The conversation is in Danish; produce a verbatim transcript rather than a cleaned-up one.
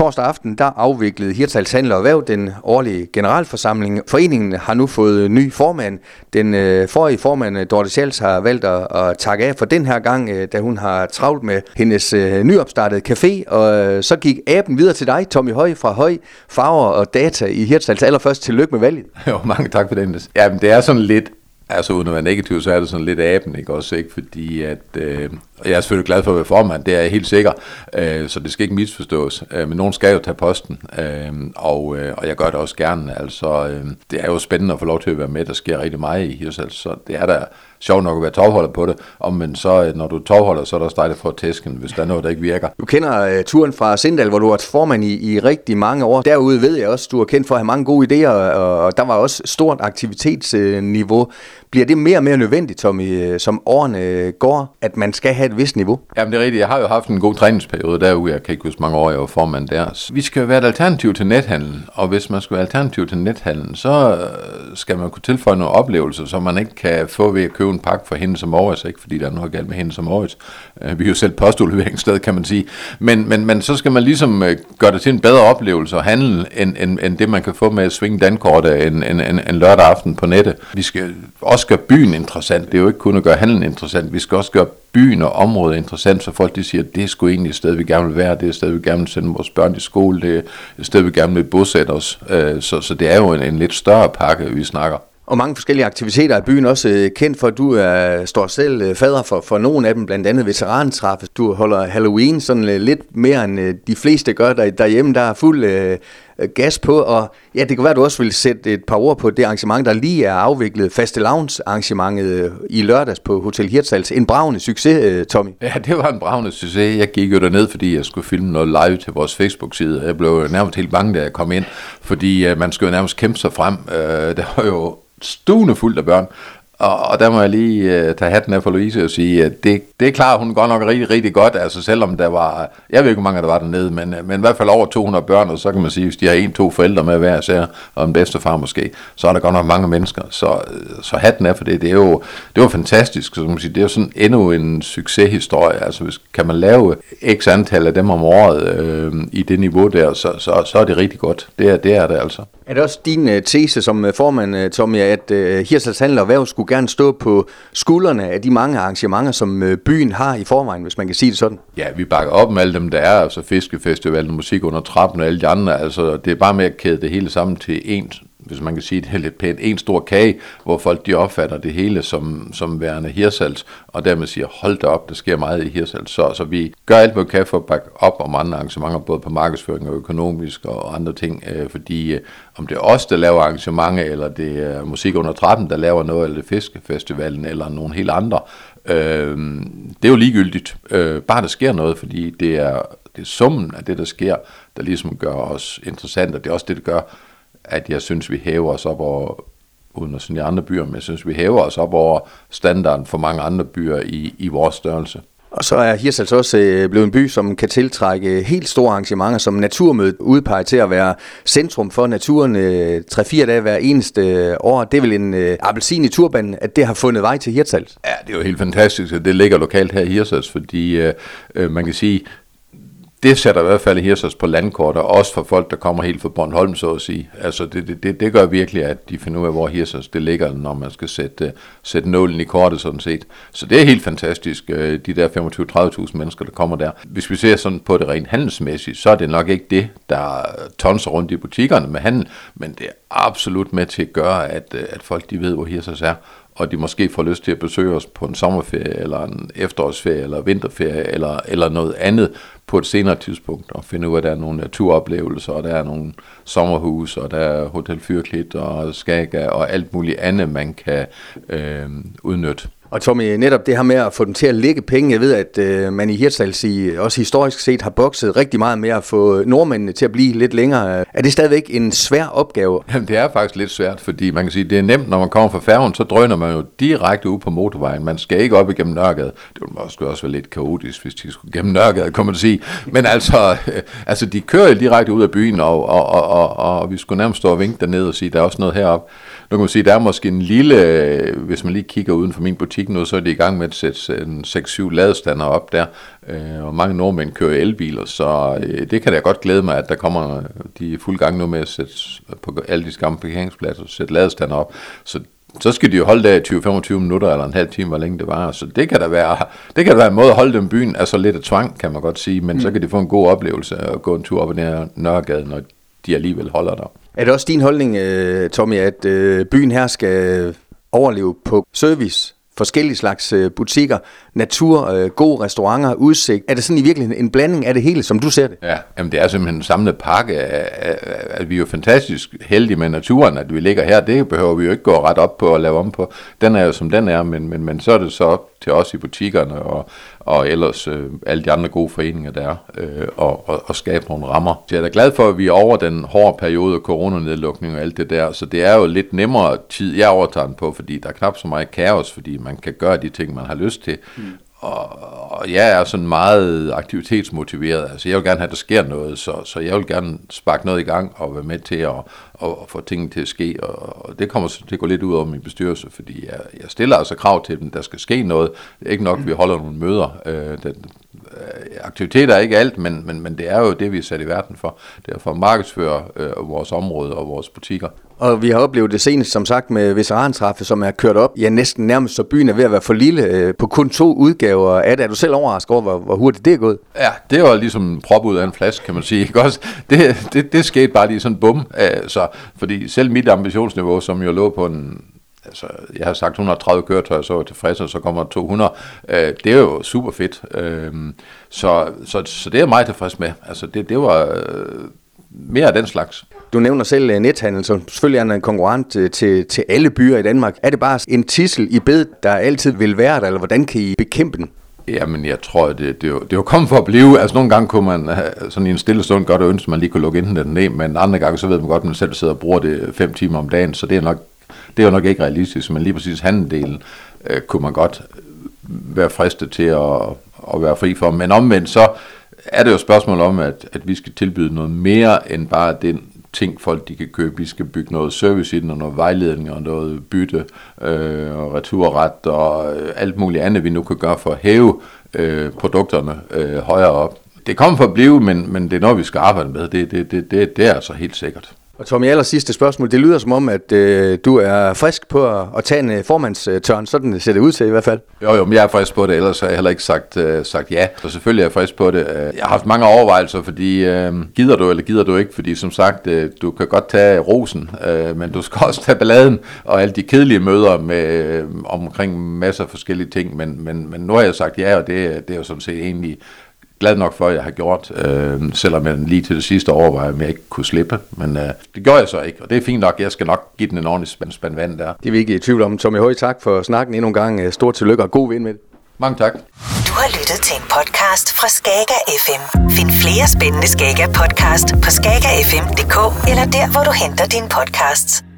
Torsdag aften, der afviklede Hirtshals Handel og Erhverv den årlige generalforsamling. Foreningen har nu fået ny formand. Den øh, forrige formand, Dorte Schals, har valgt at, at takke af for den her gang, øh, da hun har travlt med hendes øh, nyopstartede café. Og øh, så gik aben videre til dig, Tommy Høj fra Høj Farver og Data i Hirtshals. Allerførst tillykke med valget. Jo, mange tak for den. Jamen, det er sådan lidt, altså uden at være negativ, så er det sådan lidt aben, ikke også, ikke? Fordi at, øh, jeg er selvfølgelig glad for at være formand, det er jeg helt sikker, øh, så det skal ikke misforstås, øh, men nogen skal jo tage posten, øh, og, øh, og jeg gør det også gerne, altså øh, det er jo spændende at få lov til at være med, der sker rigtig meget i Hirtshals, så det er da sjovt nok at være tovholder på det, og men så når du er tovholder, så er der også dig, der får tæsken, hvis der er noget, der ikke virker. Du kender uh, turen fra Sindal, hvor du har været formand i, i rigtig mange år. Derude ved jeg også, du er kendt for at have mange gode idéer, og, og der var også stort aktivitetsniveau. Bliver det mere og mere nødvendigt, Tommy, som årene går, at man skal have et vist niveau? Jamen det er rigtigt. Jeg har jo haft en god træningsperiode derude. Jeg kan ikke huske mange år, jeg var formand der. Vi skal jo være et alternativ til nethandlen, og hvis man skal være alternativ til nethandlen, så skal man kunne tilføje nogle oplevelser, som man ikke kan få ved at købe en pakke for hende som Aarhus, ikke fordi der er noget galt med hende som Aarhus. Vi er jo selv postudleveringssted, kan man sige. Men, men, men så skal man ligesom gøre det til en bedre oplevelse og handle, end, end, end det man kan få med at svinge dankortet en, en, en, en lørdag aften på nettet. Vi skal også gøre byen interessant. Det er jo ikke kun at gøre handlen interessant. Vi skal også gøre byen og området interessant, så folk de siger, at det er sgu egentlig et sted, vi gerne vil være. Det er et sted, vi gerne vil sende vores børn i skole. Det er et sted, vi gerne vil bosætte os. Så, så det er jo en, en lidt større pakke, vi snakker. Og mange forskellige aktiviteter er byen også kendt for. Du er, står selv fader for, for nogle af dem, blandt andet veterantræffes. Du holder Halloween sådan lidt mere end de fleste gør der, derhjemme. Der er fuld øh, gas på, og ja, det kan være, at du også vil sætte et par ord på det arrangement, der lige er afviklet. Fastelavnsarrangementet i lørdags på Hotel Hirtshals. En bragende succes, Tommy. Ja, det var en bragende succes. Jeg gik jo derned, fordi jeg skulle filme noget live til vores Facebook-side. Jeg blev nærmest helt bange, da jeg kom ind, fordi uh, man skulle jo nærmest kæmpe sig frem. Uh, det var jo stuende fuldt af børn, og, og der må jeg lige uh, tage hatten af for Louise og sige, at det, det er klart, hun går nok rigtig, rigtig godt, altså selvom der var, jeg ved ikke, hvor mange der var dernede, men, men i hvert fald over to hundrede børn, og så kan man sige, hvis de har en, to forældre med hver især, og en bedstefar måske, så er der godt nok mange mennesker, så, så hatten af for det, det er jo, det var fantastisk, så man sige, det er jo sådan endnu en succeshistorie, altså hvis, kan man lave x antal af dem om året øh, i det niveau der, så, så, så er det rigtig godt, det er det, er det altså. Er det også din uh, tese som uh, formand, Tommy, at uh, Hirtshals Handel og Erhverv skulle gerne stå på skuldrene af de mange arrangementer, som uh, byen har i forvejen, hvis man kan sige det sådan? Ja, vi bakker op med alle dem, der er, altså Fiskefestivalen, Musik under trappen og alle de andre, altså det er bare med at kæde det hele sammen til en, hvis man kan sige det lidt pænt, en stor kage, hvor folk de opfatter det hele som, som værende Hirtshals, og dermed siger, hold da op, der sker meget i Hirtshals. Så, så vi gør alt, hvad vi kan for at bakke op om andre arrangementer, både på markedsføring og økonomisk og andre ting, øh, fordi øh, om det er os, der laver arrangementer, eller det er Musik under trappen, der laver noget, eller det Fiskefestivalen, eller nogle helt andre, øh, det er jo ligegyldigt. Øh, bare der sker noget, fordi det er, det er summen af det, der sker, der ligesom gør os interessant, og det er også det, der gør, at jeg synes, vi hæver os op over, uden at sige andre byer, men jeg synes, vi hæver os op over standarden for mange andre byer i, i vores størrelse. Og så er Hirtshals også øh, blevet en by, som kan tiltrække helt store arrangementer, som Naturmødet udpeger til at være centrum for naturen øh, tre-fire dage hver eneste øh, år. Det er vel en øh, appelsin i turbanen, at det har fundet vej til Hirtshals? Ja, det er jo helt fantastisk, at det ligger lokalt her i Hirtshals, fordi øh, øh, man kan sige, det sætter i hvert fald Hirtshals på landkortet, også for folk, der kommer helt fra Bornholm, så at sige. Altså, det, det, det gør virkelig, at de finder ud af, hvor Hirtshals det ligger, når man skal sætte, sætte nålen i kortet, sådan set. Så det er helt fantastisk, de der femogtyve til tredive tusind mennesker, der kommer der. Hvis vi ser sådan på det rent handelsmæssigt, så er det nok ikke det, der tonser rundt i butikkerne med handel, men det er absolut med til at gøre, at, at folk de ved, hvor Hirtshals er, og de måske får lyst til at besøge os på en sommerferie, eller en efterårsferie, eller vinterferie, eller, eller noget andet på et senere tidspunkt, og finde ud af, at der er nogle naturoplevelser, og der er nogle sommerhus, og der er Hotel Fyrklit, og Skaga, og alt muligt andet, man kan øh, udnytte. Og Tommy, netop det her med at få dem til at lægge penge, jeg ved, at øh, man i Hirtshals også historisk set har bokset rigtig meget med at få nordmændene til at blive lidt længere. Er det stadigvæk en svær opgave? Jamen, det er faktisk lidt svært, fordi man kan sige, det er nemt, når man kommer fra færgen, så drøner man jo direkte ud på motorvejen. Man skal ikke op igennem Nørregade. Det ville måske også være lidt kaotisk, hvis de skulle gennem Nørregade, kan man sige. Men altså, øh, altså de kører jo direkte ud af byen, og, og, og, og, og vi skulle nærmest stå og vinke dernede og sige, der er også noget heroppe. Nu kan man sige, der er måske en lille, hvis man lige kigger uden for min butik, butik nu, så er de i gang med at sætte en seks syv ladestander op der, øh, og mange nordmænd kører elbiler, så øh, det kan da godt glæde mig, at der kommer de fuld gang nu med at sætte på alle de gamle parkeringspladser, sætte ladestander op, så så skal de jo holde der i tyve til femogtyve minutter, eller en halv time, hvor længe det var. Så det kan da være, det kan da være en måde at holde dem byen, altså lidt af tvang, kan man godt sige, men mm. så kan de få en god oplevelse og gå en tur op ad Nørregade, når de alligevel holder der. Er det også din holdning, Tommy, at byen her skal overleve på service, forskellige slags butikker, natur, gode restauranter, udsigt? Er det sådan i virkeligheden en blanding af det hele, som du ser det? Ja, jamen det er simpelthen en samlet pakke. At vi er jo fantastisk heldige med naturen, at vi ligger her. Det behøver vi jo ikke gå ret op på og lave om på. Den er jo som den er, men, men, men så er det så op til os i butikkerne og, og ellers øh, alle de andre gode foreninger, der er, øh, og, og, og skabe nogle rammer. Så jeg er da glad for, at vi er over den hårde periode, coronanedlukning og alt det der, så det er jo lidt nemmere tid, jeg overtager den på, fordi der er knap så meget kaos, fordi man kan gøre de ting, man har lyst til. Mm. Og, og jeg er sådan meget aktivitetsmotiveret, altså jeg vil gerne have, at der sker noget, så, så jeg vil gerne sparke noget i gang og være med til at og, og få tingene til at ske, og, og det kommer til at gå lidt ud over min bestyrelse, fordi jeg, jeg stiller altså krav til dem, der skal ske noget. Det er ikke nok, at vi holder nogle møder. Øh, den, aktiviteter er ikke alt, men, men, men det er jo det, vi er sat i verden for. Det er for at markedsføre øh, vores område og vores butikker. Og vi har oplevet det senest, som sagt, med veterantræffet, som er kørt op, ja næsten nærmest så byen er ved at være for lille, øh, på kun to udgaver af det. Er du selv overrasket over, hvor, hvor hurtigt det er gået? Ja, det var ligesom prop ud af en flaske, kan man sige. Ikke også? Det, det, det skete bare lige sådan bum. Så, fordi selv mit ambitionsniveau, som jo lå på en... Altså, jeg har sagt et hundrede og tredive køretøjer, så er jeg tilfreds, og så kommer to hundrede. Øh, det er jo super fedt. Øh, så, så, så det er jeg meget tilfreds med. Altså, det, det var øh, mere af den slags. Du nævner selv nethandel, som selvfølgelig er en konkurrent til, til alle byer i Danmark. Er det bare en tidsel i bed, der altid vil være der, eller hvordan kan I bekæmpe den? Jamen, jeg tror, det, det, er jo, det er jo kommet for at blive. Altså, nogle gange kunne man sådan i en stille stund godt ønske, at man lige kunne lukke interneten ned, men andre gange, så ved man godt, at man selv sidder og bruger det fem timer om dagen, så det er nok Det er jo nok ikke realistisk, men lige præcis handeldelen øh, kunne man godt være fristet til at, at være fri for. Men omvendt så er det jo et spørgsmål om, at, at vi skal tilbyde noget mere end bare den ting, folk de kan købe. Vi skal bygge noget service i den, og noget vejledning, og noget bytte, øh, og returret, og øh, alt muligt andet, vi nu kan gøre for at hæve øh, produkterne øh, højere op. Det kommer for at blive, men, men det er noget, vi skal arbejde med. Det, det, det, det, det er altså helt sikkert. Og Tommy, aller sidste spørgsmål. Det lyder som om, at øh, du er frisk på at, at tage en uh, formandstørn. Sådan ser det ud til i hvert fald. Jo, jo, men jeg er frisk på det, ellers har jeg heller ikke sagt, øh, sagt ja. Så selvfølgelig er jeg frisk på det. Jeg har haft mange overvejelser, fordi øh, gider du eller gider du ikke? Fordi som sagt, øh, du kan godt tage rosen, øh, men du skal også tage balladen og alle de kedelige møder med, øh, omkring masser af forskellige ting. Men, men, men nu har jeg sagt ja, og det, det er jo sådan set egentlig glad nok for, at jeg har gjort, øh, selvom jeg lige til det sidste overvejede, om jeg ikke kunne slippe. Men øh, det gjorde jeg så ikke, og det er fint nok. Jeg skal nok give den en ordentlig spand, spand vand der. Det er vi ikke i tvivl om. Tommy Høj, tak for snakken endnu en gang. Stort tillykke og god vind med det. Mange tak. Du har lyttet til en podcast fra Skager F M. Find flere spændende Skager podcast på skager f m punktum d k eller der, hvor du henter dine podcasts.